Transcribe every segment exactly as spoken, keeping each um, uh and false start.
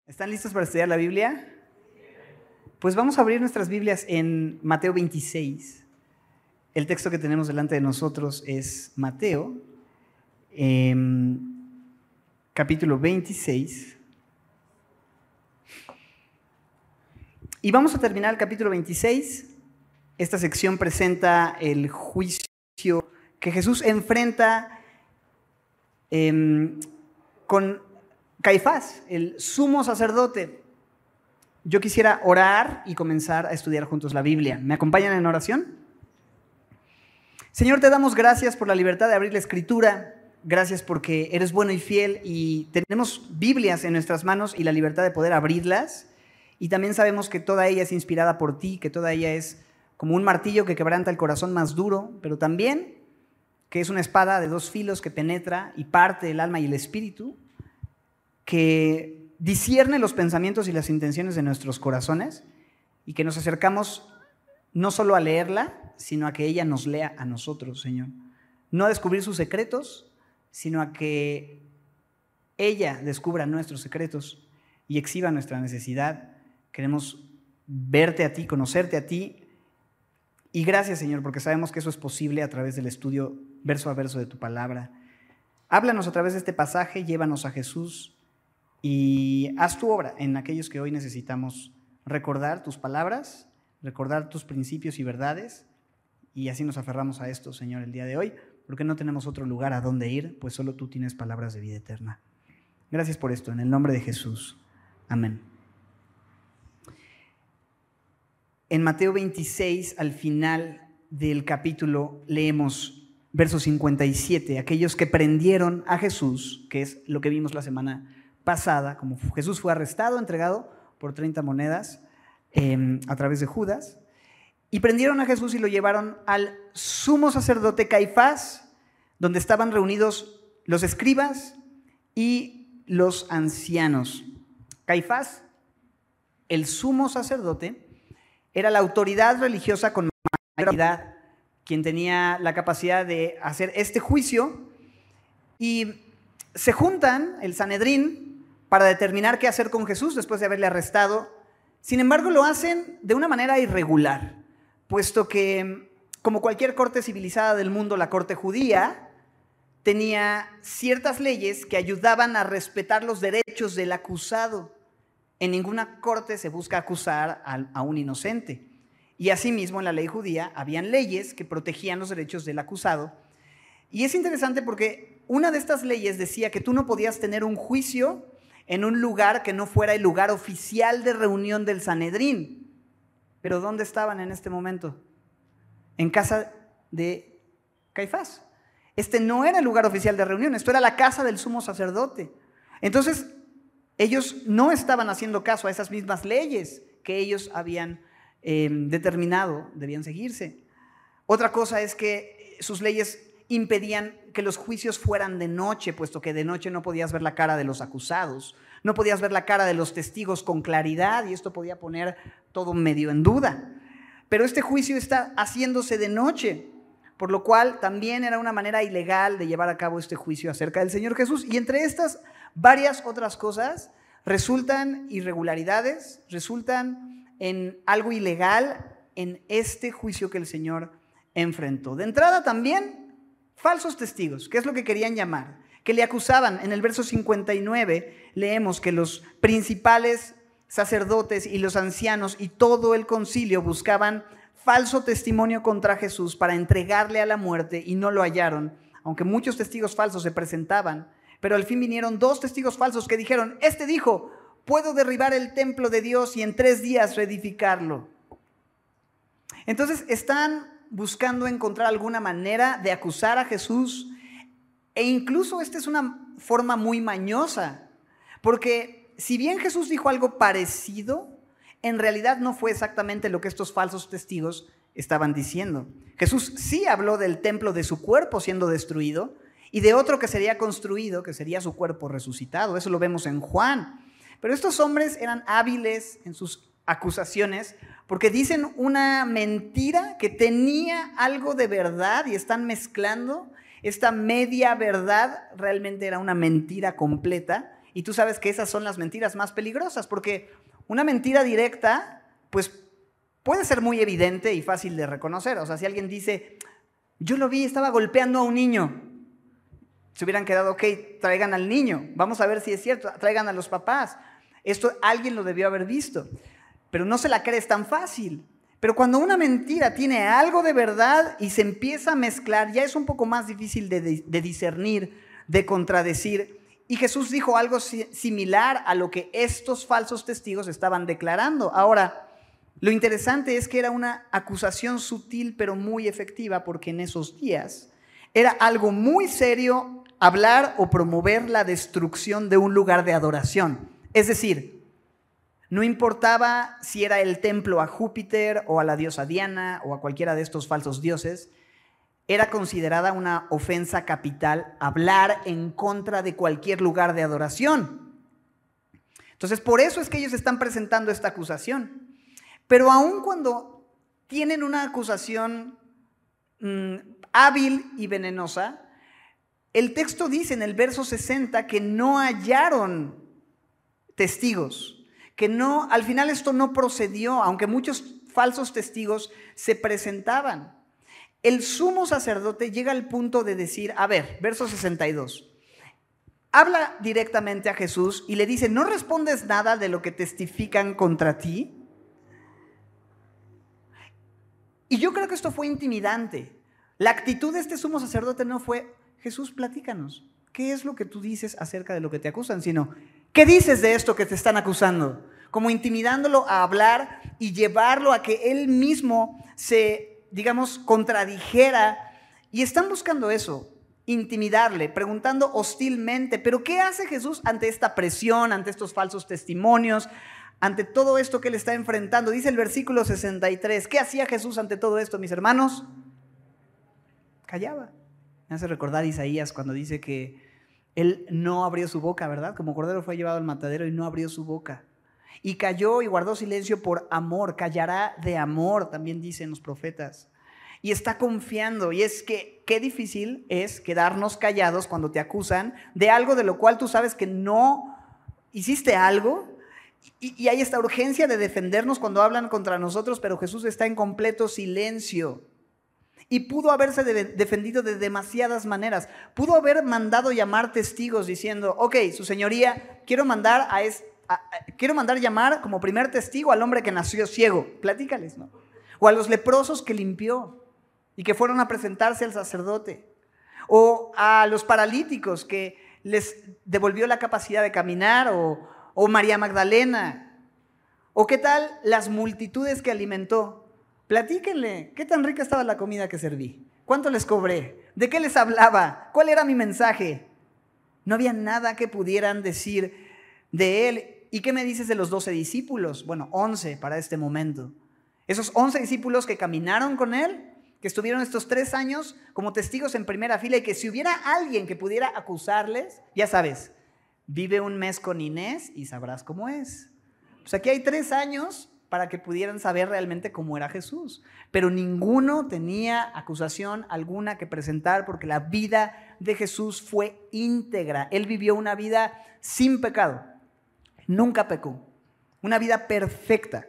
¿Están listos para estudiar la Biblia? Pues vamos a abrir nuestras Biblias en Mateo veintiséis. El texto que tenemos delante de nosotros es Mateo, eh, capítulo veintiséis. Y vamos a terminar el capítulo veintiséis. Esta sección presenta el juicio que Jesús enfrenta eh, con Caifás, el sumo sacerdote. Yo quisiera orar y comenzar a estudiar juntos la Biblia. ¿Me acompañan en oración? Señor, te damos gracias por la libertad de abrir la Escritura. Gracias porque eres bueno y fiel y tenemos Biblias en nuestras manos y la libertad de poder abrirlas. Y también sabemos que toda ella es inspirada por ti, que toda ella es como un martillo que quebranta el corazón más duro, pero también que es una espada de dos filos que penetra y parte el alma y el espíritu, que discierne los pensamientos y las intenciones de nuestros corazones y que nos acercamos no solo a leerla, sino a que ella nos lea a nosotros, Señor. No a descubrir sus secretos, sino a que ella descubra nuestros secretos y exhiba nuestra necesidad. Queremos verte a ti, conocerte a ti. Y gracias, Señor, porque sabemos que eso es posible a través del estudio verso a verso de tu palabra. Háblanos a través de este pasaje, llévanos a Jesús y haz tu obra en aquellos que hoy necesitamos recordar tus palabras, recordar tus principios y verdades, y así nos aferramos a esto, Señor, el día de hoy, porque no tenemos otro lugar a donde ir, pues solo tú tienes palabras de vida eterna. Gracias por esto, en el nombre de Jesús. Amén. En Mateo veintiséis, al final del capítulo, leemos verso cincuenta y siete, aquellos que prendieron a Jesús, que es lo que vimos la semana pasada, como Jesús fue arrestado, entregado por treinta monedas eh, a través de Judas, y prendieron a Jesús y lo llevaron al sumo sacerdote Caifás, donde estaban reunidos los escribas y los ancianos. Caifás, el sumo sacerdote, era la autoridad religiosa con mayor autoridad, quien tenía la capacidad de hacer este juicio, y se juntan el Sanedrín para determinar qué hacer con Jesús después de haberle arrestado. Sin embargo, lo hacen de una manera irregular, puesto que, como cualquier corte civilizada del mundo, la corte judía tenía ciertas leyes que ayudaban a respetar los derechos del acusado. En ninguna corte se busca acusar a un inocente. Y asimismo, en la ley judía habían leyes que protegían los derechos del acusado. Y es interesante porque una de estas leyes decía que tú no podías tener un juicio en un lugar que no fuera el lugar oficial de reunión del Sanedrín. Pero ¿dónde estaban en este momento? En casa de Caifás. Este no era el lugar oficial de reunión, esto era la casa del sumo sacerdote. Entonces, ellos no estaban haciendo caso a esas mismas leyes que ellos habían eh, determinado debían seguirse. Otra cosa es que sus leyes impedían que los juicios fueran de noche, puesto que de noche no podías ver la cara de los acusados, no podías ver la cara de los testigos con claridad, y esto podía poner todo medio en duda. Pero este juicio está haciéndose de noche, por lo cual también era una manera ilegal de llevar a cabo este juicio acerca del Señor Jesús. Y entre estas varias otras cosas resultan irregularidades, resultan en algo ilegal en este juicio que el Señor enfrentó. De entrada también falsos testigos, que es lo que querían llamar, que le acusaban. En el verso cincuenta y nueve leemos que los principales sacerdotes y los ancianos y todo el concilio buscaban falso testimonio contra Jesús para entregarle a la muerte y no lo hallaron, aunque muchos testigos falsos se presentaban. Pero al fin vinieron dos testigos falsos que dijeron: este dijo, puedo derribar el templo de Dios y en tres días reedificarlo. Entonces están buscando encontrar alguna manera de acusar a Jesús, e incluso esta es una forma muy mañosa, porque si bien Jesús dijo algo parecido, en realidad no fue exactamente lo que estos falsos testigos estaban diciendo. Jesús sí habló del templo de su cuerpo siendo destruido y de otro que sería construido, que sería su cuerpo resucitado. Eso lo vemos en Juan. Pero estos hombres eran hábiles en sus acusaciones porque dicen una mentira que tenía algo de verdad y están mezclando. Esta media verdad realmente era una mentira completa Y tú sabes que esas son las mentiras más peligrosas, porque una mentira directa, pues puede ser muy evidente y fácil de reconocer. O sea, si alguien dice, yo lo vi, estaba golpeando a un niño, se hubieran quedado, ok, traigan al niño, vamos a ver si es cierto, traigan a los papás. Esto alguien lo debió haber visto, pero no se la crees tan fácil. Pero cuando una mentira tiene algo de verdad y se empieza a mezclar, ya es un poco más difícil de, de, de discernir, de contradecir. Y Jesús dijo algo similar a lo que estos falsos testigos estaban declarando. Ahora, lo interesante es que era una acusación sutil pero muy efectiva, porque en esos días era algo muy serio hablar o promover la destrucción de un lugar de adoración. Es decir, no importaba si era el templo a Júpiter o a la diosa Diana o a cualquiera de estos falsos dioses, era considerada una ofensa capital hablar en contra de cualquier lugar de adoración. Entonces, por eso es que ellos están presentando esta acusación. Pero aun cuando tienen una acusación mmm, hábil y venenosa, el texto dice en el verso sesenta que no hallaron testigos, que no, al final esto no procedió, aunque muchos falsos testigos se presentaban. El sumo sacerdote llega al punto de decir, a ver, verso sesenta y dos, habla directamente a Jesús y le dice, ¿no respondes nada de lo que testifican contra ti? Y yo creo que esto fue intimidante. La actitud de este sumo sacerdote no fue, Jesús, platícanos, ¿qué es lo que tú dices acerca de lo que te acusan? Sino, ¿qué dices de esto que te están acusando? Como intimidándolo a hablar y llevarlo a que él mismo se, digamos, contradijera. Y están buscando eso, intimidarle, preguntando hostilmente. ¿Pero qué hace Jesús ante esta presión, ante estos falsos testimonios, ante todo esto que él está enfrentando? Dice el versículo sesenta y tres, ¿qué hacía Jesús ante todo esto, mis hermanos? Callaba. Me hace recordar Isaías cuando dice que él no abrió su boca, ¿verdad? Como cordero fue llevado al matadero y no abrió su boca. Y calló y guardó silencio por amor. Callará de amor, también dicen los profetas. Y está confiando. Y es que qué difícil es quedarnos callados cuando te acusan de algo de lo cual tú sabes que no hiciste algo. Y, y hay esta urgencia de defendernos cuando hablan contra nosotros, pero Jesús está en completo silencio. Y pudo haberse de, defendido de demasiadas maneras. Pudo haber mandado llamar testigos diciendo, ok, su señoría, quiero mandar a, es, a, a quiero mandar llamar como primer testigo al hombre que nació ciego. Platícales, ¿no? O a los leprosos que limpió y que fueron a presentarse al sacerdote. O a los paralíticos que les devolvió la capacidad de caminar. O, o María Magdalena. O qué tal las multitudes que alimentó. Platíquenle, ¿qué tan rica estaba la comida que serví? ¿Cuánto les cobré? ¿De qué les hablaba? ¿Cuál era mi mensaje? No había nada que pudieran decir de él. ¿Y qué me dices de los doce discípulos? Bueno, once para este momento. Esos once discípulos que caminaron con él, que estuvieron estos tres años como testigos en primera fila, y que si hubiera alguien que pudiera acusarles, ya sabes, vive un mes con Inés y sabrás cómo es. Pues aquí hay tres años para que pudieran saber realmente cómo era Jesús. Pero ninguno tenía acusación alguna que presentar, porque la vida de Jesús fue íntegra. Él vivió una vida sin pecado. Nunca pecó. Una vida perfecta.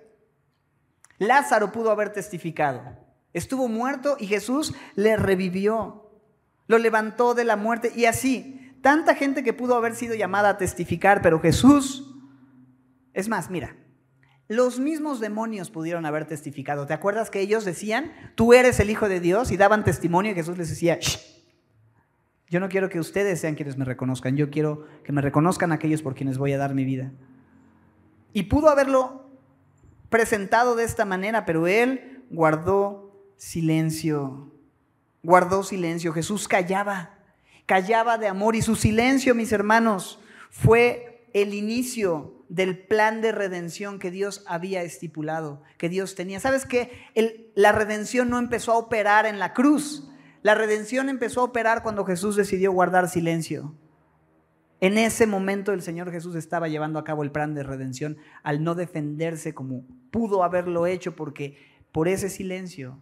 Lázaro pudo haber testificado. Estuvo muerto y Jesús le revivió. Lo levantó de la muerte y así. Tanta gente que pudo haber sido llamada a testificar, pero Jesús, es más, mira, los mismos demonios pudieron haber testificado. ¿Te acuerdas que ellos decían, tú eres el Hijo de Dios? Y daban testimonio y Jesús les decía, shh, yo no quiero que ustedes sean quienes me reconozcan, yo quiero que me reconozcan aquellos por quienes voy a dar mi vida. Y pudo haberlo presentado de esta manera, pero él guardó silencio, guardó silencio. Jesús callaba, callaba de amor, y su silencio, mis hermanos, fue el inicio del plan de redención que Dios había estipulado, que Dios tenía. ¿Sabes qué? El, la redención no empezó a operar en la cruz. La redención empezó a operar cuando Jesús decidió guardar silencio. En ese momento el Señor Jesús estaba llevando a cabo el plan de redención al no defenderse como pudo haberlo hecho, porque por ese silencio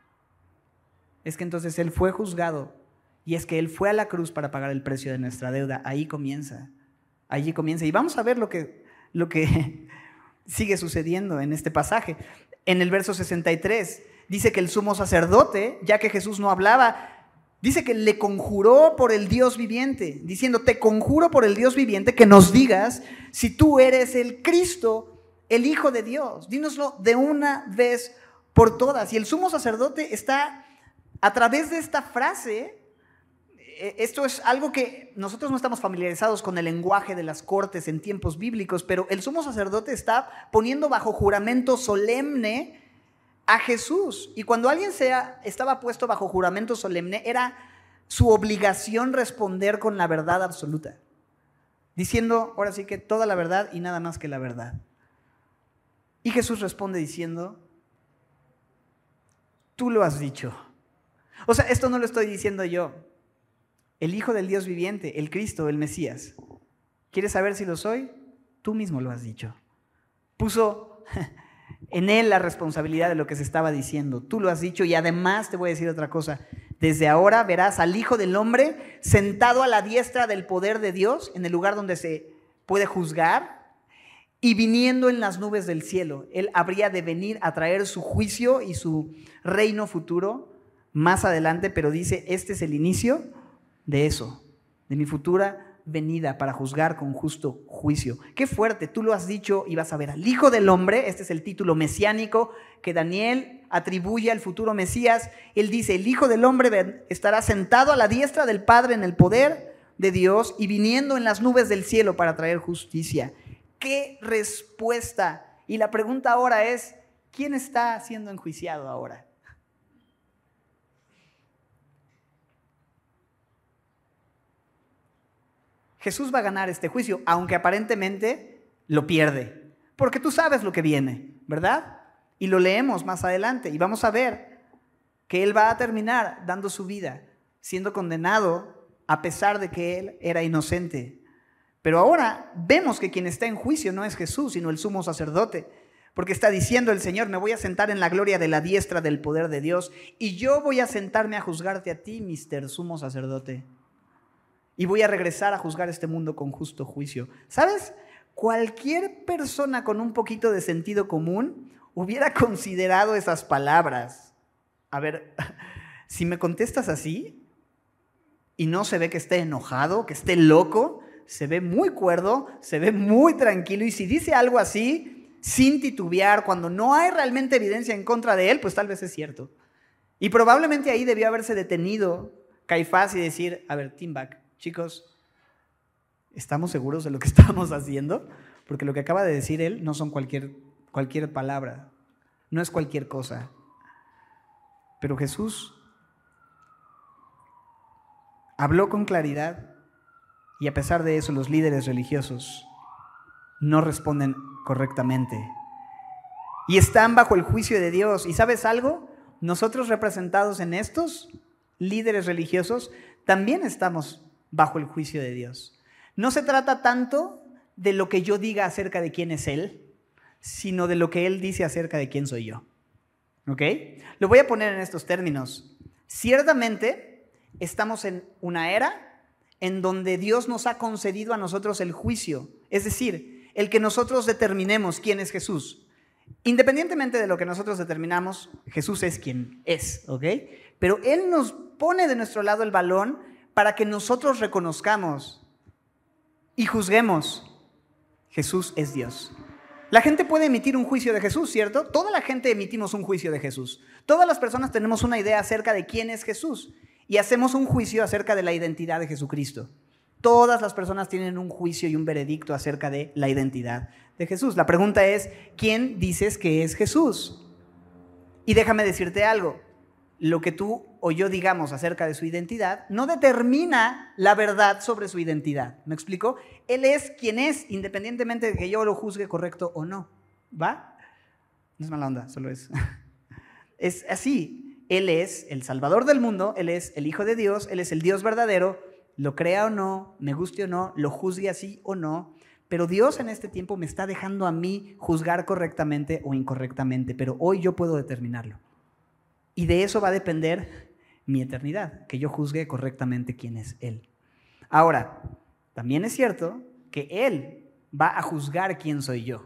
es que entonces Él fue juzgado, y es que Él fue a la cruz para pagar el precio de nuestra deuda. Ahí comienza. allí comienza. Y vamos a ver lo que, lo que sigue sucediendo en este pasaje. En el verso sesenta y tres dice que el sumo sacerdote, ya que Jesús no hablaba, dice que le conjuró por el Dios viviente, diciendo, te conjuro por el Dios viviente que nos digas si tú eres el Cristo, el Hijo de Dios. Dínoslo de una vez por todas. Y el sumo sacerdote está, a través de esta frase, esto es algo que nosotros no estamos familiarizados con el lenguaje de las cortes en tiempos bíblicos, pero el sumo sacerdote está poniendo bajo juramento solemne a Jesús. Y cuando alguien sea, estaba puesto bajo juramento solemne, era su obligación responder con la verdad absoluta, diciendo, ahora sí que toda la verdad y nada más que la verdad. Y Jesús responde diciendo, tú lo has dicho. O sea, esto no lo estoy diciendo yo. El Hijo del Dios viviente, el Cristo, el Mesías. ¿Quieres saber si lo soy? Tú mismo lo has dicho. Puso en él la responsabilidad de lo que se estaba diciendo. Tú lo has dicho y además te voy a decir otra cosa. Desde ahora verás al Hijo del Hombre sentado a la diestra del poder de Dios, en el lugar donde se puede juzgar, y viniendo en las nubes del cielo. Él habría de venir a traer su juicio y su reino futuro más adelante, pero dice, este es el inicio de eso, de mi futura venida para juzgar con justo juicio. Qué fuerte, tú lo has dicho y vas a ver al Hijo del Hombre. Este es el título mesiánico que Daniel atribuye al futuro Mesías. Él dice, el Hijo del Hombre estará sentado a la diestra del Padre en el poder de Dios y viniendo en las nubes del cielo para traer justicia. ¡Qué respuesta! Y la pregunta ahora es, ¿quién está siendo enjuiciado ahora? Jesús va a ganar este juicio, aunque aparentemente lo pierde, porque tú sabes lo que viene, ¿verdad? Y lo leemos más adelante y vamos a ver que Él va a terminar dando su vida, siendo condenado a pesar de que Él era inocente. Pero ahora vemos que quien está en juicio no es Jesús, sino el sumo sacerdote, porque está diciendo el Señor, me voy a sentar en la gloria de la diestra del poder de Dios y yo voy a sentarme a juzgarte a ti, mister sumo sacerdote. Y voy a regresar a juzgar este mundo con justo juicio. ¿Sabes? Cualquier persona con un poquito de sentido común hubiera considerado esas palabras. A ver, si me contestas así y no se ve que esté enojado, que esté loco, se ve muy cuerdo, se ve muy tranquilo. Y si dice algo así, sin titubear, cuando no hay realmente evidencia en contra de él, pues tal vez es cierto. Y probablemente ahí debió haberse detenido Caifás y decir, a ver, team back. Chicos, ¿estamos seguros de lo que estamos haciendo? Porque lo que acaba de decir él no son cualquier, cualquier palabra, no es cualquier cosa. Pero Jesús habló con claridad y a pesar de eso los líderes religiosos no responden correctamente y están bajo el juicio de Dios. ¿Y sabes algo? Nosotros representados en estos líderes religiosos también estamos bajo el juicio de Dios. No se trata tanto de lo que yo diga acerca de quién es Él, sino de lo que Él dice acerca de quién soy yo. ¿Ok? Lo voy a poner en estos términos. Ciertamente estamos en una era en donde Dios nos ha concedido a nosotros el juicio, es decir, el que nosotros determinemos quién es Jesús. Independientemente de lo que nosotros determinamos, Jesús es quien es, ¿ok? Pero Él nos pone de nuestro lado el balón para que nosotros reconozcamos y juzguemos. Jesús es Dios. La gente puede emitir un juicio de Jesús, ¿cierto? Toda la gente emitimos un juicio de Jesús. Todas las personas tenemos una idea acerca de quién es Jesús y hacemos un juicio acerca de la identidad de Jesucristo. Todas las personas tienen un juicio y un veredicto acerca de la identidad de Jesús. La pregunta es, ¿quién dices que es Jesús? Y déjame decirte algo. Lo que tú o yo digamos acerca de su identidad no determina la verdad sobre su identidad. ¿Me explico? Él es quien es, independientemente de que yo lo juzgue correcto o no. ¿Va? No es mala onda, solo es. Es así. Él es el Salvador del mundo, Él es el Hijo de Dios, Él es el Dios verdadero, lo crea o no, me guste o no, lo juzgue así o no. Pero Dios en este tiempo me está dejando a mí juzgar correctamente o incorrectamente, pero hoy yo puedo determinarlo. Y de eso va a depender mi eternidad, que yo juzgue correctamente quién es Él. Ahora, también es cierto que Él va a juzgar quién soy yo.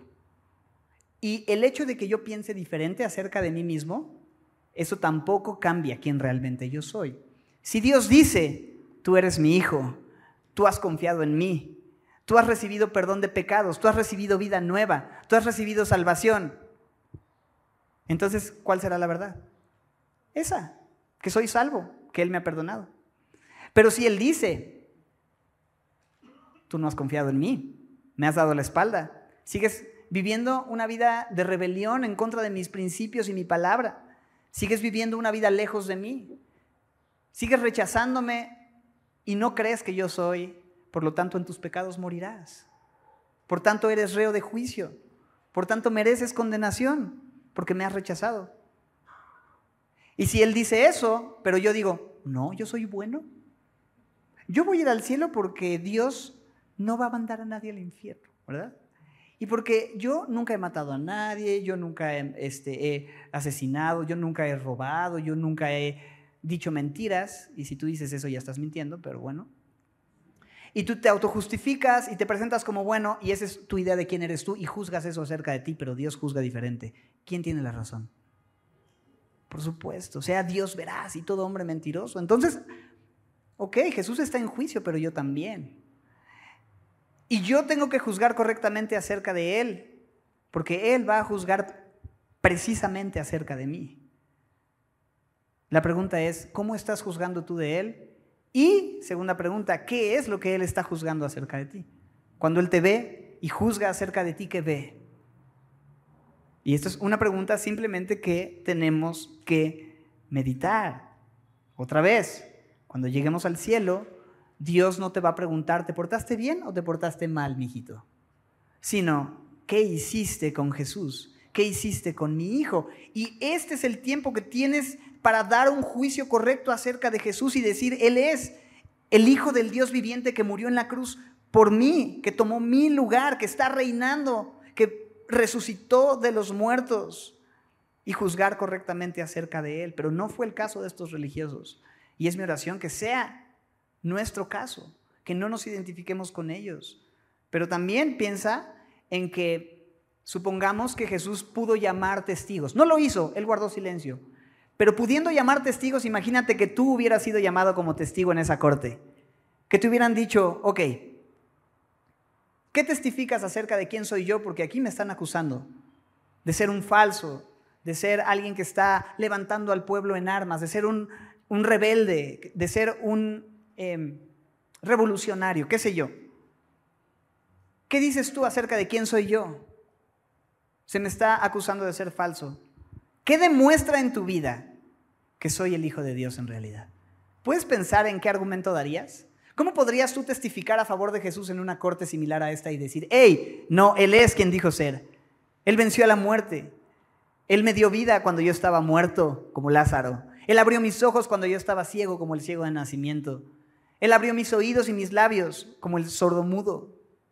Y el hecho de que yo piense diferente acerca de mí mismo, eso tampoco cambia quién realmente yo soy. Si Dios dice, tú eres mi hijo, tú has confiado en mí, tú has recibido perdón de pecados, tú has recibido vida nueva, tú has recibido salvación, entonces, ¿cuál será la verdad? Esa, que soy salvo, que Él me ha perdonado. Pero si Él dice, tú no has confiado en mí, me has dado la espalda, sigues viviendo una vida de rebelión en contra de mis principios y mi palabra, sigues viviendo una vida lejos de mí, sigues rechazándome y no crees que yo soy, por lo tanto en tus pecados morirás. Por tanto eres reo de juicio, por tanto mereces condenación, porque me has rechazado. Y si Él dice eso, pero yo digo, no, yo soy bueno, yo voy a ir al cielo porque Dios no va a mandar a nadie al infierno, ¿verdad? Y porque yo nunca he matado a nadie, yo nunca he, este, he asesinado, yo nunca he robado, yo nunca he dicho mentiras. Y si tú dices eso ya estás mintiendo, pero bueno. Y tú te autojustificas y te presentas como bueno y esa es tu idea de quién eres tú y juzgas eso acerca de ti, pero Dios juzga diferente. ¿Quién tiene la razón? Por supuesto, sea Dios veraz y todo hombre mentiroso. Entonces, ok, Jesús está en juicio, pero yo también. Y yo tengo que juzgar correctamente acerca de Él, porque Él va a juzgar precisamente acerca de mí. La pregunta es, ¿cómo estás juzgando tú de Él? Y, segunda pregunta, ¿qué es lo que Él está juzgando acerca de ti? Cuando Él te ve y juzga acerca de ti, ¿qué ve? Y esto es una pregunta simplemente que tenemos que meditar. Otra vez, cuando lleguemos al cielo, Dios no te va a preguntar, ¿te portaste bien o te portaste mal, mijito? Sino, ¿qué hiciste con Jesús? ¿Qué hiciste con mi hijo? Y este es el tiempo que tienes para dar un juicio correcto acerca de Jesús y decir, Él es el Hijo del Dios viviente que murió en la cruz por mí, que tomó mi lugar, que está reinando, que resucitó de los muertos, y juzgar correctamente acerca de Él. Pero no fue el caso de estos religiosos. Y es mi oración que sea nuestro caso, que no nos identifiquemos con ellos. Pero también piensa en que supongamos que Jesús pudo llamar testigos. No lo hizo, Él guardó silencio. Pero pudiendo llamar testigos, imagínate que tú hubieras sido llamado como testigo en esa corte. Que te hubieran dicho, ok, ¿qué testificas acerca de quién soy yo? Porque aquí me están acusando de ser un falso, de ser alguien que está levantando al pueblo en armas, de ser un, un rebelde, de ser un eh, revolucionario, qué sé yo. ¿Qué dices tú acerca de quién soy yo? Se me está acusando de ser falso. ¿Qué demuestra en tu vida que soy el Hijo de Dios en realidad? ¿Puedes pensar en qué argumento darías? ¿Cómo podrías tú testificar a favor de Jesús en una corte similar a esta y decir, hey, no, Él es quien dijo ser. Él venció a la muerte. Él me dio vida cuando yo estaba muerto, como Lázaro. Él abrió mis ojos cuando yo estaba ciego, como el ciego de nacimiento. Él abrió mis oídos y mis labios, como el sordomudo.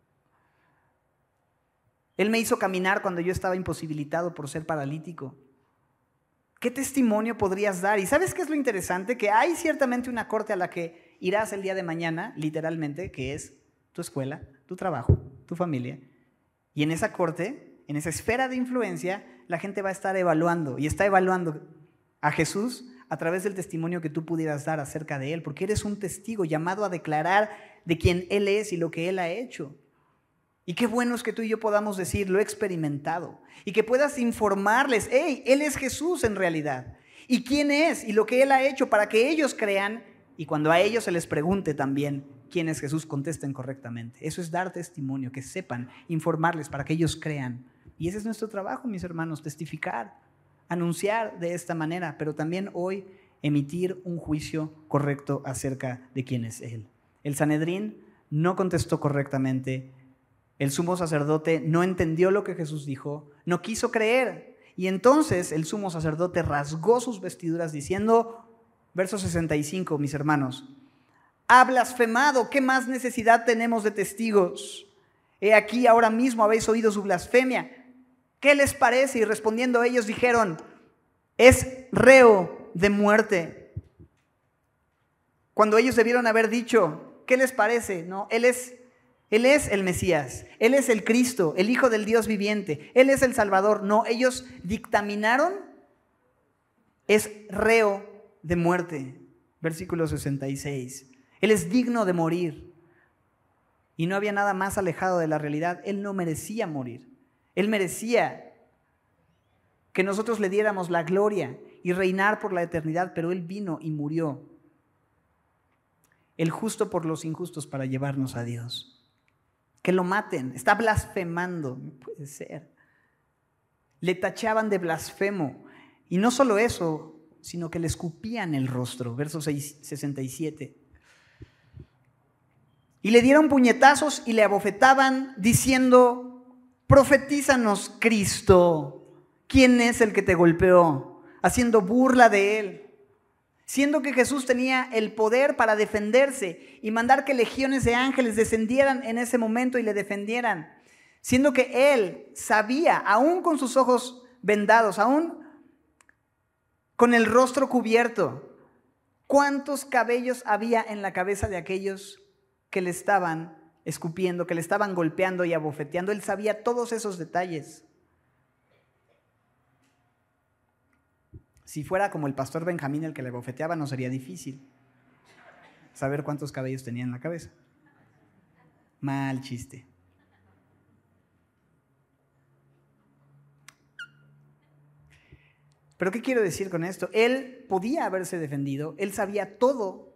Él me hizo caminar cuando yo estaba imposibilitado por ser paralítico. ¿Qué testimonio podrías dar? ¿Y sabes qué es lo interesante? Que hay ciertamente una corte a la que irás el día de mañana, literalmente, que es tu escuela, tu trabajo, tu familia. Y en esa corte, en esa esfera de influencia, la gente va a estar evaluando y está evaluando a Jesús a través del testimonio que tú pudieras dar acerca de Él, porque eres un testigo llamado a declarar de quién Él es y lo que Él ha hecho. Y qué bueno es que tú y yo podamos decir, lo he experimentado, y que puedas informarles, hey, Él es Jesús en realidad, y quién es, y lo que Él ha hecho para que ellos crean, y cuando a ellos se les pregunte también quién es Jesús, contesten correctamente. Eso es dar testimonio, que sepan, informarles para que ellos crean. Y ese es nuestro trabajo, mis hermanos, testificar, anunciar de esta manera, pero también hoy emitir un juicio correcto acerca de quién es Él. El Sanedrín no contestó correctamente. El sumo sacerdote no entendió lo que Jesús dijo, no quiso creer. Y entonces el sumo sacerdote rasgó sus vestiduras diciendo, verso sesenta y cinco, mis hermanos, ha blasfemado, ¿qué más necesidad tenemos de testigos? He aquí ahora mismo habéis oído su blasfemia. ¿Qué les parece? Y respondiendo ellos dijeron, es reo de muerte. Cuando ellos debieron haber dicho, ¿qué les parece? No, él es Él es el Mesías, Él es el Cristo, el Hijo del Dios viviente, Él es el Salvador. No, ellos dictaminaron, es reo de muerte. Versículo sesenta y seis. Él es digno de morir. Y no había nada más alejado de la realidad. Él no merecía morir. Él merecía que nosotros le diéramos la gloria y reinar por la eternidad, pero Él vino y murió. El justo por los injustos para llevarnos a Dios. Que lo maten, está blasfemando, no puede ser. Le tachaban de blasfemo. Y no solo eso, sino que le escupían el rostro. Verso sesenta y siete. Y le dieron puñetazos y le abofetaban diciendo: profetízanos, Cristo, ¿quién es el que te golpeó? Haciendo burla de él. Siendo que Jesús tenía el poder para defenderse y mandar que legiones de ángeles descendieran en ese momento y le defendieran. Siendo que él sabía, aún con sus ojos vendados, aún con el rostro cubierto, cuántos cabellos había en la cabeza de aquellos que le estaban escupiendo, que le estaban golpeando y abofeteando. Él sabía todos esos detalles. Si fuera como el pastor Benjamín el que le bofeteaba, no sería difícil saber cuántos cabellos tenía en la cabeza. Mal chiste. Pero ¿qué quiero decir con esto? Él podía haberse defendido, él sabía todo,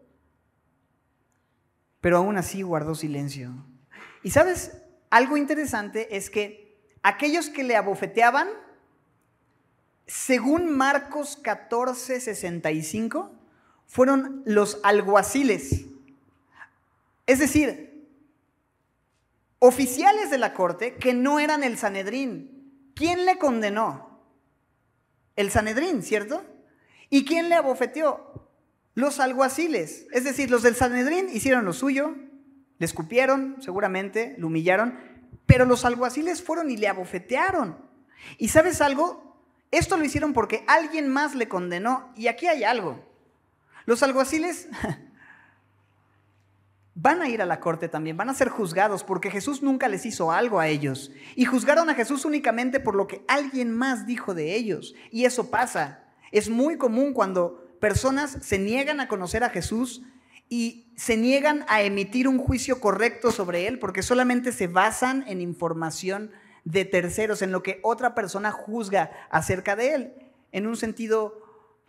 pero aún así guardó silencio. Y ¿sabes? Algo interesante es que aquellos que le abofeteaban, según Marcos catorce, sesenta y cinco, fueron los alguaciles. Es decir, oficiales de la corte que no eran el Sanedrín. ¿Quién le condenó? El Sanedrín, ¿cierto? ¿Y quién le abofeteó? Los alguaciles. Es decir, los del Sanedrín hicieron lo suyo, le escupieron, seguramente, lo humillaron, pero los alguaciles fueron y le abofetearon. ¿Y sabes algo? Esto lo hicieron porque alguien más le condenó. Y aquí hay algo. Los alguaciles van a ir a la corte también, van a ser juzgados porque Jesús nunca les hizo algo a ellos. Y juzgaron a Jesús únicamente por lo que alguien más dijo de ellos. Y eso pasa. Es muy común cuando personas se niegan a conocer a Jesús y se niegan a emitir un juicio correcto sobre Él porque solamente se basan en información de terceros, en lo que otra persona juzga acerca de Él. En un sentido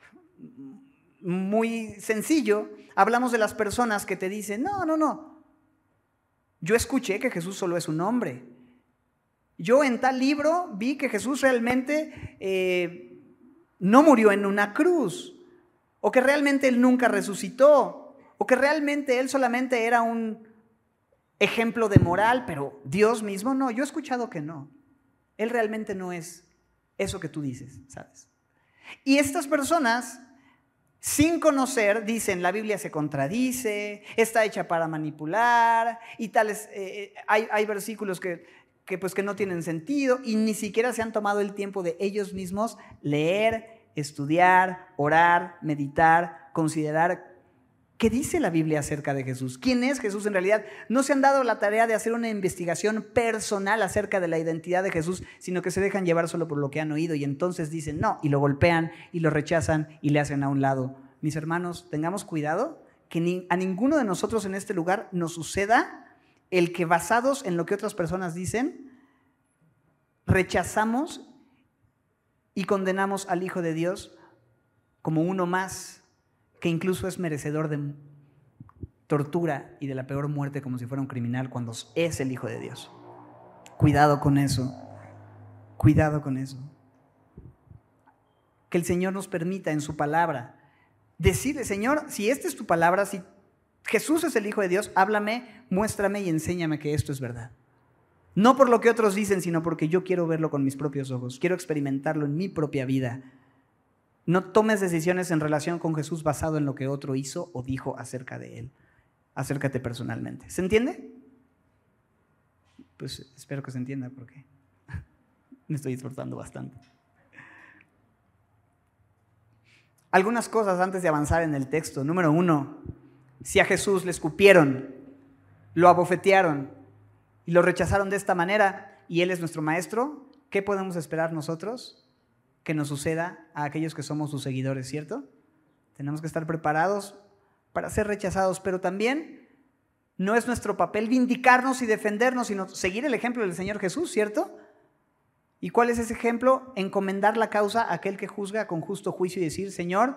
muy sencillo, hablamos de las personas que te dicen: no, no, no, yo escuché que Jesús solo es un hombre. Yo en tal libro vi que Jesús realmente eh, no murió en una cruz, o que realmente Él nunca resucitó, o que realmente Él solamente era un ejemplo de moral, pero Dios mismo no. Yo he escuchado que no. Él realmente no es eso que tú dices, ¿sabes? Y estas personas, sin conocer, dicen: la Biblia se contradice, está hecha para manipular, y tales, eh, hay, hay versículos que, que, pues, que no tienen sentido, y ni siquiera se han tomado el tiempo de ellos mismos leer, estudiar, orar, meditar, considerar ¿qué dice la Biblia acerca de Jesús? ¿Quién es Jesús en realidad? No se han dado la tarea de hacer una investigación personal acerca de la identidad de Jesús, sino que se dejan llevar solo por lo que han oído y entonces dicen no, y lo golpean y lo rechazan y le hacen a un lado. Mis hermanos, tengamos cuidado que ni, a ninguno de nosotros en este lugar nos suceda el que, basados en lo que otras personas dicen, rechazamos y condenamos al Hijo de Dios como uno más, que incluso es merecedor de tortura y de la peor muerte, como si fuera un criminal, cuando es el Hijo de Dios. Cuidado con eso, cuidado con eso. Que el Señor nos permita en su palabra decirle: Señor, si esta es tu palabra, si Jesús es el Hijo de Dios, háblame, muéstrame y enséñame que esto es verdad. No por lo que otros dicen, sino porque yo quiero verlo con mis propios ojos, quiero experimentarlo en mi propia vida. No tomes decisiones en relación con Jesús basado en lo que otro hizo o dijo acerca de Él. Acércate personalmente. ¿Se entiende? Pues espero que se entienda porque me estoy esforzando bastante. Algunas cosas antes de avanzar en el texto. Número uno, si a Jesús le escupieron, lo abofetearon, y lo rechazaron de esta manera y Él es nuestro maestro, ¿qué podemos esperar nosotros? Que nos suceda a aquellos que somos sus seguidores, ¿cierto? Tenemos que estar preparados para ser rechazados, pero también no es nuestro papel vindicarnos y defendernos, sino seguir el ejemplo del Señor Jesús, ¿cierto? ¿Y cuál es ese ejemplo? Encomendar la causa a aquel que juzga con justo juicio y decir, Señor,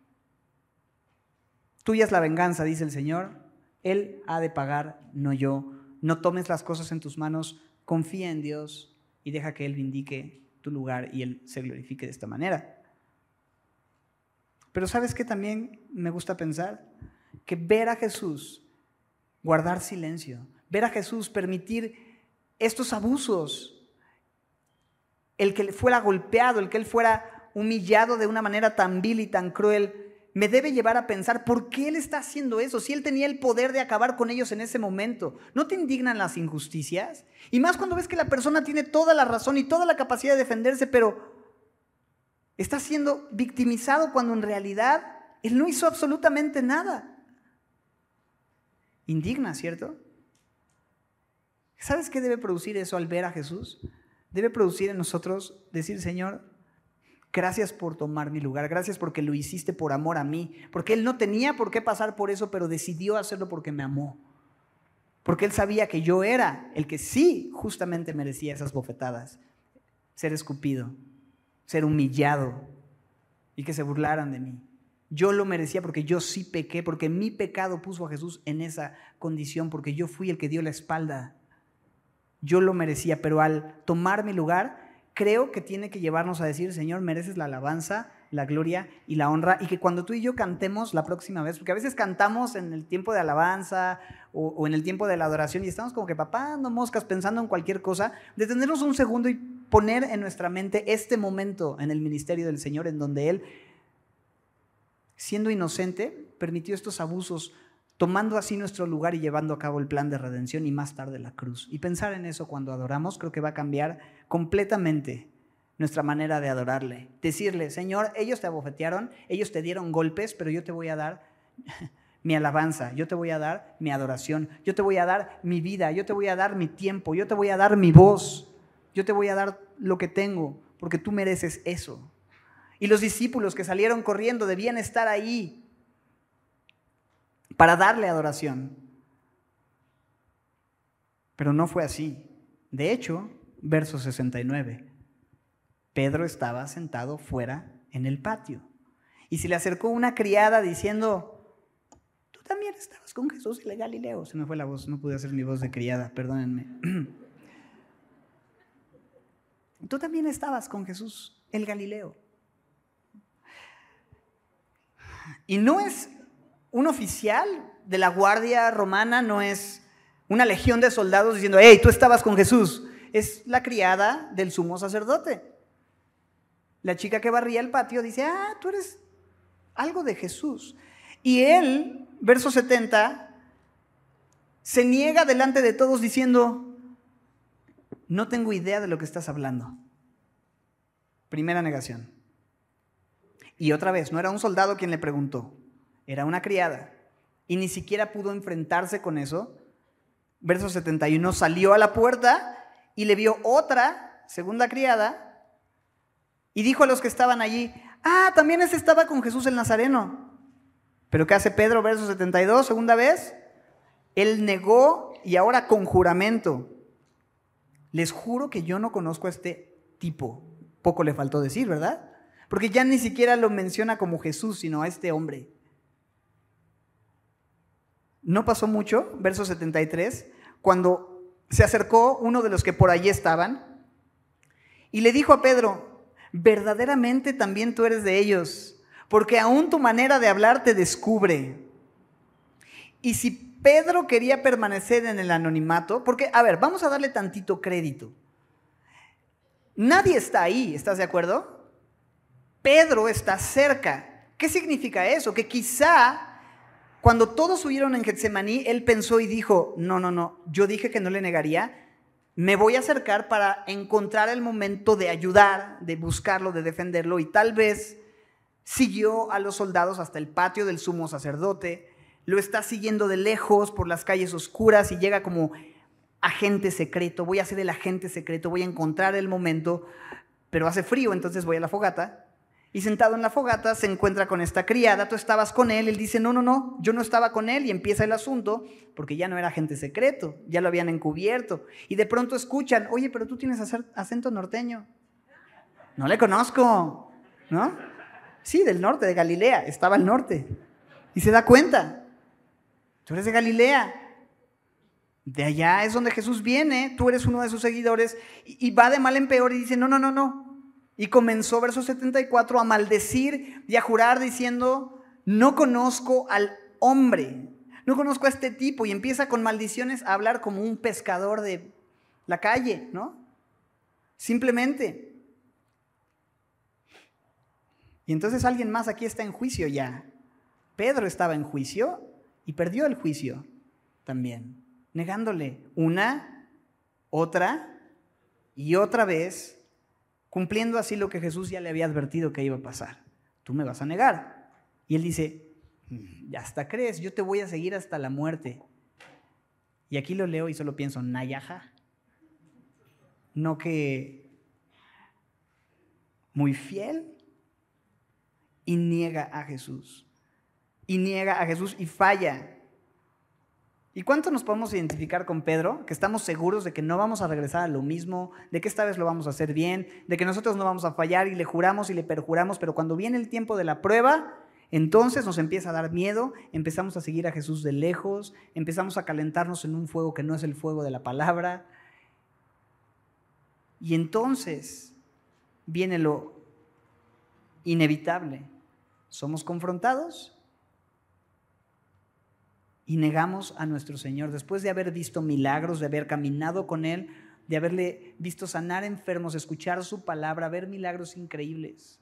tuya es la venganza, dice el Señor, Él ha de pagar, no yo. No tomes las cosas en tus manos, confía en Dios y deja que Él vindique tu lugar y Él se glorifique de esta manera. Pero ¿sabes qué también me gusta pensar? Que ver a Jesús guardar silencio, ver a Jesús permitir estos abusos, el que fuera golpeado, el que Él fuera humillado de una manera tan vil y tan cruel, me debe llevar a pensar, ¿por qué Él está haciendo eso? Si Él tenía el poder de acabar con ellos en ese momento. ¿No te indignan las injusticias? Y más cuando ves que la persona tiene toda la razón y toda la capacidad de defenderse, pero está siendo victimizado cuando en realidad Él no hizo absolutamente nada. Indigna, ¿cierto? ¿Sabes qué debe producir eso al ver a Jesús? Debe producir en nosotros decir, Señor, gracias por tomar mi lugar, gracias porque lo hiciste por amor a mí, porque Él no tenía por qué pasar por eso, pero decidió hacerlo porque me amó, porque Él sabía que yo era el que sí justamente merecía esas bofetadas, ser escupido, ser humillado y que se burlaran de mí. Yo lo merecía porque yo sí pequé, porque mi pecado puso a Jesús en esa condición, porque yo fui el que dio la espalda. Yo lo merecía, pero al tomar mi lugar, creo que tiene que llevarnos a decir, Señor, mereces la alabanza, la gloria y la honra, y que cuando tú y yo cantemos la próxima vez, porque a veces cantamos en el tiempo de alabanza o, o en el tiempo de la adoración y estamos como que papando moscas pensando en cualquier cosa, detenernos un segundo y poner en nuestra mente este momento en el ministerio del Señor en donde Él, siendo inocente, permitió estos abusos, tomando así nuestro lugar y llevando a cabo el plan de redención y más tarde la cruz. Y pensar en eso cuando adoramos creo que va a cambiar completamente nuestra manera de adorarle. Decirle, Señor, ellos te abofetearon, ellos te dieron golpes, pero yo te voy a dar mi alabanza, yo te voy a dar mi adoración, yo te voy a dar mi vida, yo te voy a dar mi tiempo, yo te voy a dar mi voz, yo te voy a dar lo que tengo, porque tú mereces eso. Y los discípulos que salieron corriendo debían estar ahí para darle adoración. Pero no fue así. De hecho, verso sesenta y nueve, Pedro estaba sentado fuera en el patio y se le acercó una criada diciendo, tú también estabas con Jesús el Galileo. Se me fue la voz, no pude hacer mi voz de criada, perdónenme. Tú también estabas con Jesús el Galileo. Y no es un oficial de la guardia romana, no es una legión de soldados diciendo, hey, tú estabas con Jesús. Es la criada del sumo sacerdote. La chica que barría el patio dice, ah, tú eres algo de Jesús. Y él, verso setenta, se niega delante de todos diciendo, no tengo idea de lo que estás hablando. Primera negación. Y otra vez, no era un soldado quien le preguntó, era una criada. Y ni siquiera pudo enfrentarse con eso. Verso setenta y uno, salió a la puerta y le vio otra, segunda criada, y dijo a los que estaban allí, ah, también ese estaba con Jesús el Nazareno. ¿Pero qué hace Pedro? Verso setenta y dos, segunda vez, él negó y ahora con juramento, les juro que yo no conozco a este tipo. Poco le faltó decir, ¿verdad? Porque ya ni siquiera lo menciona como Jesús, sino a este hombre. No pasó mucho, verso setenta y tres, cuando se acercó uno de los que por allí estaban y le dijo a Pedro, verdaderamente también tú eres de ellos, porque aún tu manera de hablar te descubre. Y si Pedro quería permanecer en el anonimato, porque, a ver, vamos a darle tantito crédito. Nadie está ahí, ¿estás de acuerdo? Pedro está cerca. ¿Qué significa eso? Que quizá cuando todos subieron en Getsemaní, él pensó y dijo, no, no, no, yo dije que no le negaría, me voy a acercar para encontrar el momento de ayudar, de buscarlo, de defenderlo, y tal vez siguió a los soldados hasta el patio del sumo sacerdote, lo está siguiendo de lejos por las calles oscuras y llega como agente secreto, voy a ser el agente secreto, voy a encontrar el momento, pero hace frío, entonces voy a la fogata. Y sentado en la fogata se encuentra con esta criada, tú estabas con él, él dice, no, no, no, yo no estaba con él, y empieza el asunto, porque ya no era agente secreto, ya lo habían encubierto. Y de pronto escuchan, oye, pero tú tienes acento norteño. No le conozco, ¿no? Sí, del norte, de Galilea, estaba al norte. Y se da cuenta, tú eres de Galilea. De allá es donde Jesús viene, tú eres uno de sus seguidores, y, y va de mal en peor y dice, no, no, no, no. Y comenzó, verso setenta y cuatro, a maldecir y a jurar diciendo, no conozco al hombre, no conozco a este tipo. Y empieza con maldiciones a hablar como un pescador de la calle, ¿no? Simplemente. Y entonces alguien más aquí está en juicio ya. Pedro estaba en juicio y perdió el juicio también, negándole una, otra y otra vez, cumpliendo así lo que Jesús ya le había advertido que iba a pasar. Tú me vas a negar. Y él dice, ya hasta crees, yo te voy a seguir hasta la muerte. Y aquí lo leo y solo pienso, Nayaja. No que muy fiel. Y niega a Jesús. Y niega a Jesús y falla. ¿Y cuánto nos podemos identificar con Pedro? Que estamos seguros de que no vamos a regresar a lo mismo, de que esta vez lo vamos a hacer bien, de que nosotros no vamos a fallar y le juramos y le perjuramos, pero cuando viene el tiempo de la prueba, entonces nos empieza a dar miedo, empezamos a seguir a Jesús de lejos, empezamos a calentarnos en un fuego que no es el fuego de la palabra. Y entonces viene lo inevitable. Somos confrontados y negamos a nuestro Señor después de haber visto milagros, de haber caminado con Él, de haberle visto sanar enfermos, escuchar su palabra, ver milagros increíbles.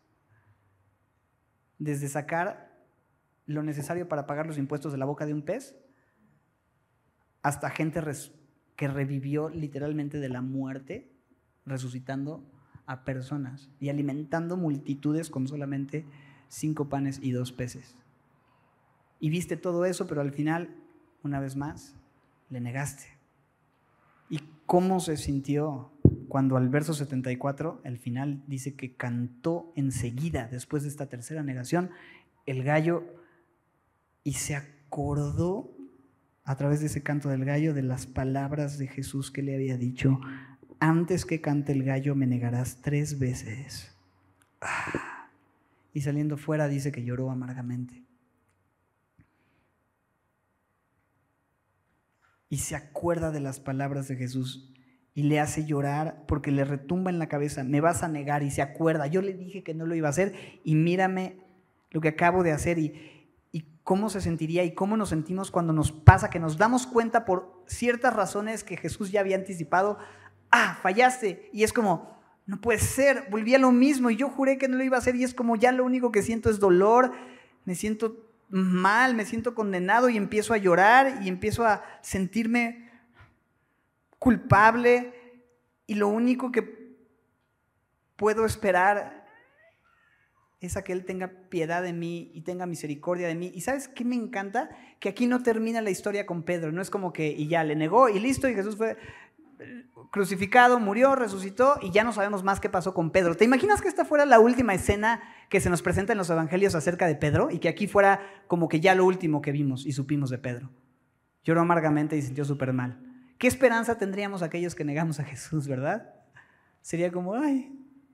Desde sacar lo necesario para pagar los impuestos de la boca de un pez, hasta gente que revivió literalmente de la muerte, resucitando a personas y alimentando multitudes con solamente cinco panes y dos peces. Y viste todo eso, pero al final, una vez más, le negaste. ¿Y cómo se sintió cuando al verso setenta y cuatro, el final dice que cantó enseguida, después de esta tercera negación, el gallo, y se acordó a través de ese canto del gallo de las palabras de Jesús que le había dicho, antes que cante el gallo me negarás tres veces. Ah. Y saliendo fuera dice que lloró amargamente. Y se acuerda de las palabras de Jesús y le hace llorar porque le retumba en la cabeza, me vas a negar, y se acuerda, yo le dije que no lo iba a hacer y mírame lo que acabo de hacer. Y, y cómo se sentiría y cómo nos sentimos cuando nos pasa que nos damos cuenta por ciertas razones que Jesús ya había anticipado, ah, fallaste, y es como, no puede ser, volví a lo mismo y yo juré que no lo iba a hacer, y es como ya lo único que siento es dolor, me siento mal, me siento condenado y empiezo a llorar y empiezo a sentirme culpable, y lo único que puedo esperar es a que Él tenga piedad de mí y tenga misericordia de mí. ¿Y sabes qué me encanta? Que aquí no termina la historia con Pedro, no es como que y ya le negó y listo, y Jesús fue crucificado, murió, resucitó y ya no sabemos más qué pasó con Pedro. ¿Te imaginas que esta fuera la última escena que se nos presenta en los evangelios acerca de Pedro y que aquí fuera como que ya lo último que vimos y supimos de Pedro? Lloró amargamente y se sintió súper mal. ¿Qué esperanza tendríamos aquellos que negamos a Jesús, verdad? Sería como, ay,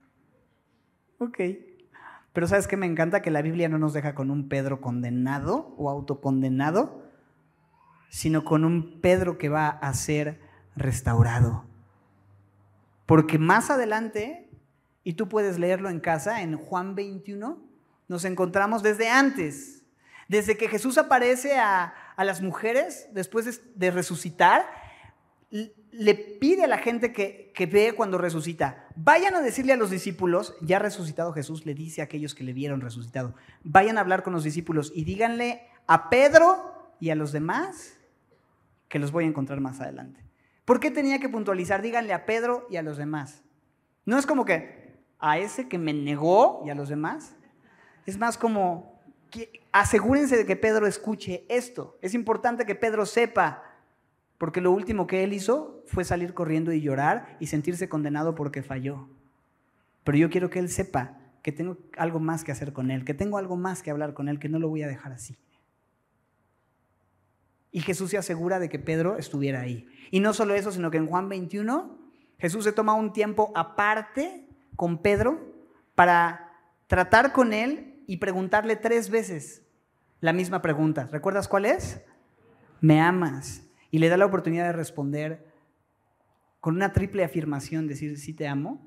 ok. Pero ¿sabes qué? Me encanta que la Biblia no nos deja con un Pedro condenado o autocondenado, sino con un Pedro que va a ser restaurado. Porque más adelante, y tú puedes leerlo en casa, en Juan veintiuno, nos encontramos desde antes, desde que Jesús aparece a, a las mujeres después de, de resucitar, le pide a la gente que, que ve cuando resucita, vayan a decirle a los discípulos, ya resucitado Jesús le dice a aquellos que le vieron resucitado, vayan a hablar con los discípulos y díganle a Pedro y a los demás que los voy a encontrar más adelante. ¿Por qué tenía que puntualizar? Díganle a Pedro y a los demás. No es como que a ese que me negó y a los demás. Es más como que asegúrense de que Pedro escuche esto. Es importante que Pedro sepa, porque lo último que él hizo fue salir corriendo y llorar y sentirse condenado porque falló. Pero yo quiero que él sepa que tengo algo más que hacer con él, que tengo algo más que hablar con él, que no lo voy a dejar así. Y Jesús se asegura de que Pedro estuviera ahí. Y no solo eso, sino que en Juan veintiuno, Jesús se toma un tiempo aparte con Pedro para tratar con él y preguntarle tres veces la misma pregunta. ¿Recuerdas cuál es? ¿Me amas? Y le da la oportunidad de responder con una triple afirmación, decir, sí te amo.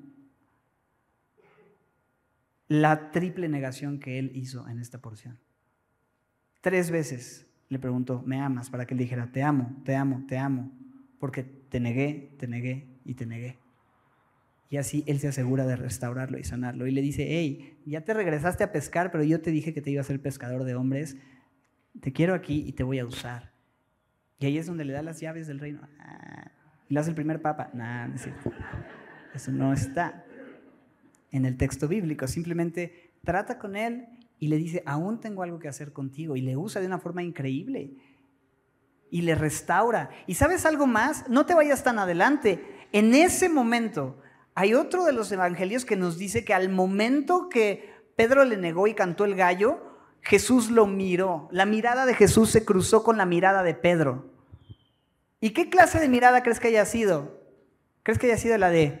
La triple negación que él hizo en esta porción. Tres veces le preguntó, ¿me amas? Para que él dijera, te amo, te amo, te amo, porque te negué, te negué y te negué. Y así él se asegura de restaurarlo y sanarlo. Y le dice, hey, ya te regresaste a pescar, pero yo te dije que te iba a ser pescador de hombres. Te quiero aquí y te voy a usar. Y ahí es donde le da las llaves del reino. Ah, le hace el primer papa. Nah, no es cierto. Eso no está en el texto bíblico. Simplemente trata con él y le dice, aún tengo algo que hacer contigo. Y le usa de una forma increíble. Y le restaura. ¿Y sabes algo más? No te vayas tan adelante. En ese momento, hay otro de los evangelios que nos dice que al momento que Pedro le negó y cantó el gallo, Jesús lo miró. La mirada de Jesús se cruzó con la mirada de Pedro. ¿Y qué clase de mirada crees que haya sido? ¿Crees que haya sido la de...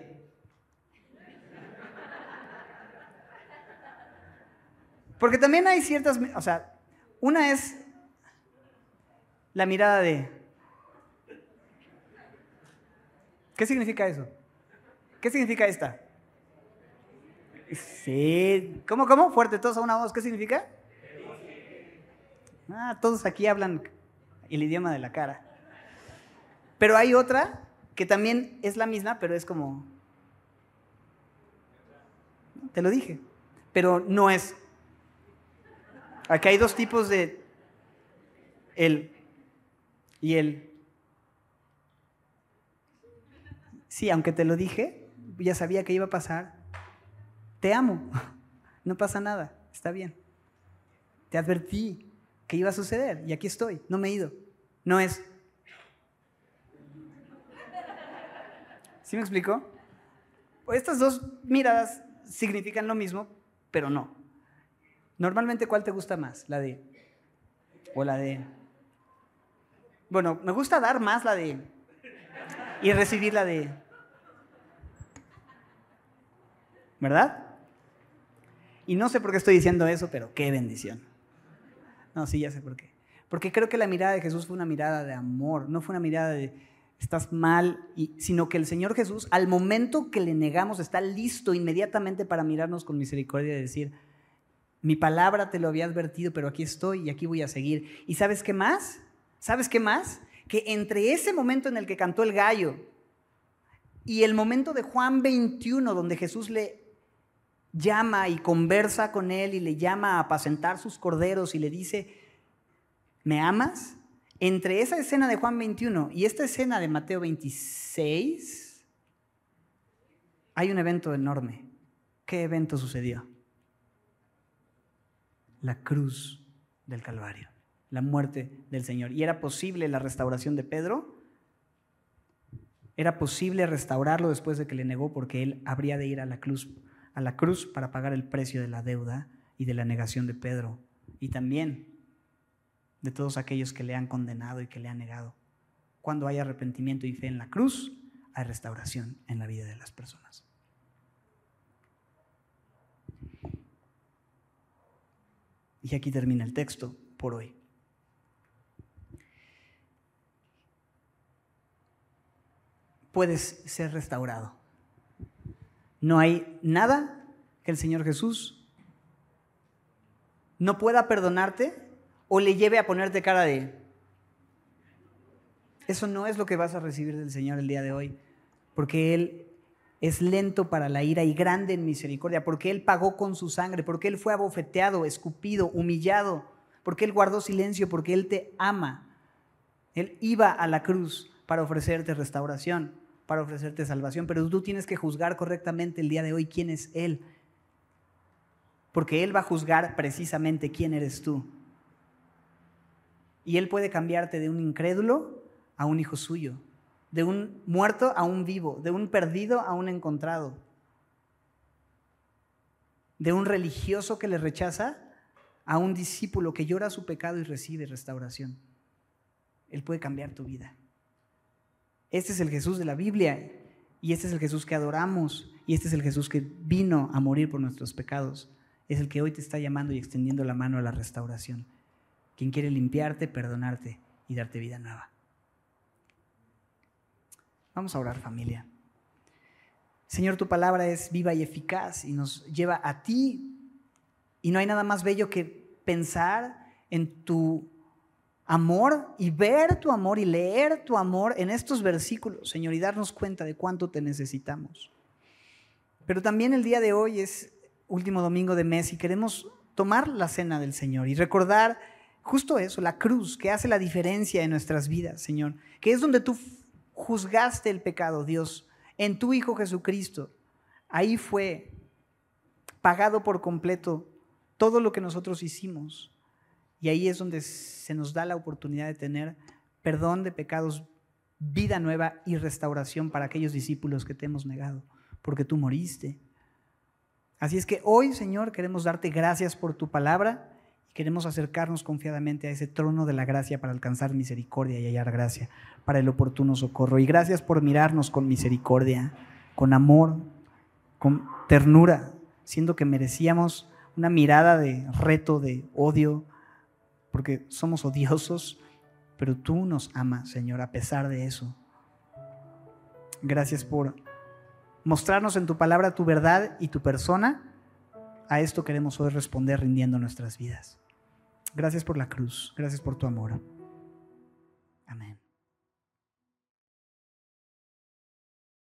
Porque también hay ciertas, o sea, una es la mirada de... ¿Qué significa eso? ¿Qué significa esta? Sí. ¿Cómo, cómo? Fuerte, todos a una voz. ¿Qué significa? Ah, todos aquí hablan el idioma de la cara. Pero hay otra que también es la misma, pero es como... Te lo dije. Pero no es... Aquí hay dos tipos de él y él. Sí, aunque te lo dije, ya sabía que iba a pasar. Te amo. No pasa nada. Está bien. Te advertí que iba a suceder y aquí estoy. No me he ido. No es... ¿Sí me explico? Estas dos miradas significan lo mismo, pero no. Normalmente, ¿cuál te gusta más? La de... O la de... Bueno, me gusta dar más la de... Y recibir la de... ¿Verdad? Y no sé por qué estoy diciendo eso, pero qué bendición. No, sí, ya sé por qué. Porque creo que la mirada de Jesús fue una mirada de amor, no fue una mirada de estás mal, y, sino que el Señor Jesús, al momento que le negamos, está listo inmediatamente para mirarnos con misericordia y decir... Mi palabra te lo había advertido, pero aquí estoy y aquí voy a seguir. ¿Y sabes qué más? ¿Sabes qué más? Que entre ese momento en el que cantó el gallo y el momento de Juan veintiuno, donde Jesús le llama y conversa con él y le llama a apacentar sus corderos y le dice, ¿me amas? Entre esa escena de Juan veintiuno y esta escena de Mateo veintiséis, hay un evento enorme. ¿Qué evento sucedió? La cruz del Calvario, la muerte del Señor. ¿Y era posible la restauración de Pedro? Era posible restaurarlo después de que le negó, porque él habría de ir a la cruz, a la cruz para pagar el precio de la deuda y de la negación de Pedro, y también de todos aquellos que le han condenado y que le han negado. Cuando hay arrepentimiento y fe en la cruz, hay restauración en la vida de las personas. Y aquí termina el texto por hoy. Puedes ser restaurado. No hay nada que el Señor Jesús no pueda perdonarte o le lleve a ponerte cara de... Eso no es lo que vas a recibir del Señor el día de hoy, porque Él es lento para la ira y grande en misericordia, porque Él pagó con su sangre, porque Él fue abofeteado, escupido, humillado, porque Él guardó silencio, porque Él te ama. Él iba a la cruz para ofrecerte restauración, para ofrecerte salvación, pero tú tienes que juzgar correctamente el día de hoy quién es Él, porque Él va a juzgar precisamente quién eres tú. Y Él puede cambiarte de un incrédulo a un hijo suyo, de un muerto a un vivo, de un perdido a un encontrado, de un religioso que le rechaza a un discípulo que llora su pecado y recibe restauración. Él puede cambiar tu vida. Este es el Jesús de la Biblia y este es el Jesús que adoramos y este es el Jesús que vino a morir por nuestros pecados. Es el que hoy te está llamando y extendiendo la mano a la restauración. Quien quiere limpiarte, perdonarte y darte vida nueva. Vamos a orar, familia. Señor, tu palabra es viva y eficaz y nos lleva a ti. Y no hay nada más bello que pensar en tu amor y ver tu amor y leer tu amor en estos versículos, Señor, y darnos cuenta de cuánto te necesitamos. Pero también el día de hoy es último domingo de mes y queremos tomar la cena del Señor y recordar justo eso, la cruz que hace la diferencia en nuestras vidas, Señor, que es donde tú juzgaste el pecado, Dios, en tu Hijo Jesucristo. Ahí fue pagado por completo todo lo que nosotros hicimos. Y ahí es donde se nos da la oportunidad de tener perdón de pecados, vida nueva y restauración para aquellos discípulos que te hemos negado, porque tú moriste. Así es que hoy, Señor, queremos darte gracias por tu palabra y queremos acercarnos confiadamente a ese trono de la gracia para alcanzar misericordia y hallar gracia para el oportuno socorro. Y gracias por mirarnos con misericordia, con amor, con ternura, siendo que merecíamos una mirada de reto, de odio, porque somos odiosos, pero tú nos amas, Señor, a pesar de eso. Gracias por mostrarnos en tu palabra tu verdad y tu persona. A esto queremos hoy responder rindiendo nuestras vidas. Gracias por la cruz, gracias por tu amor. Amén.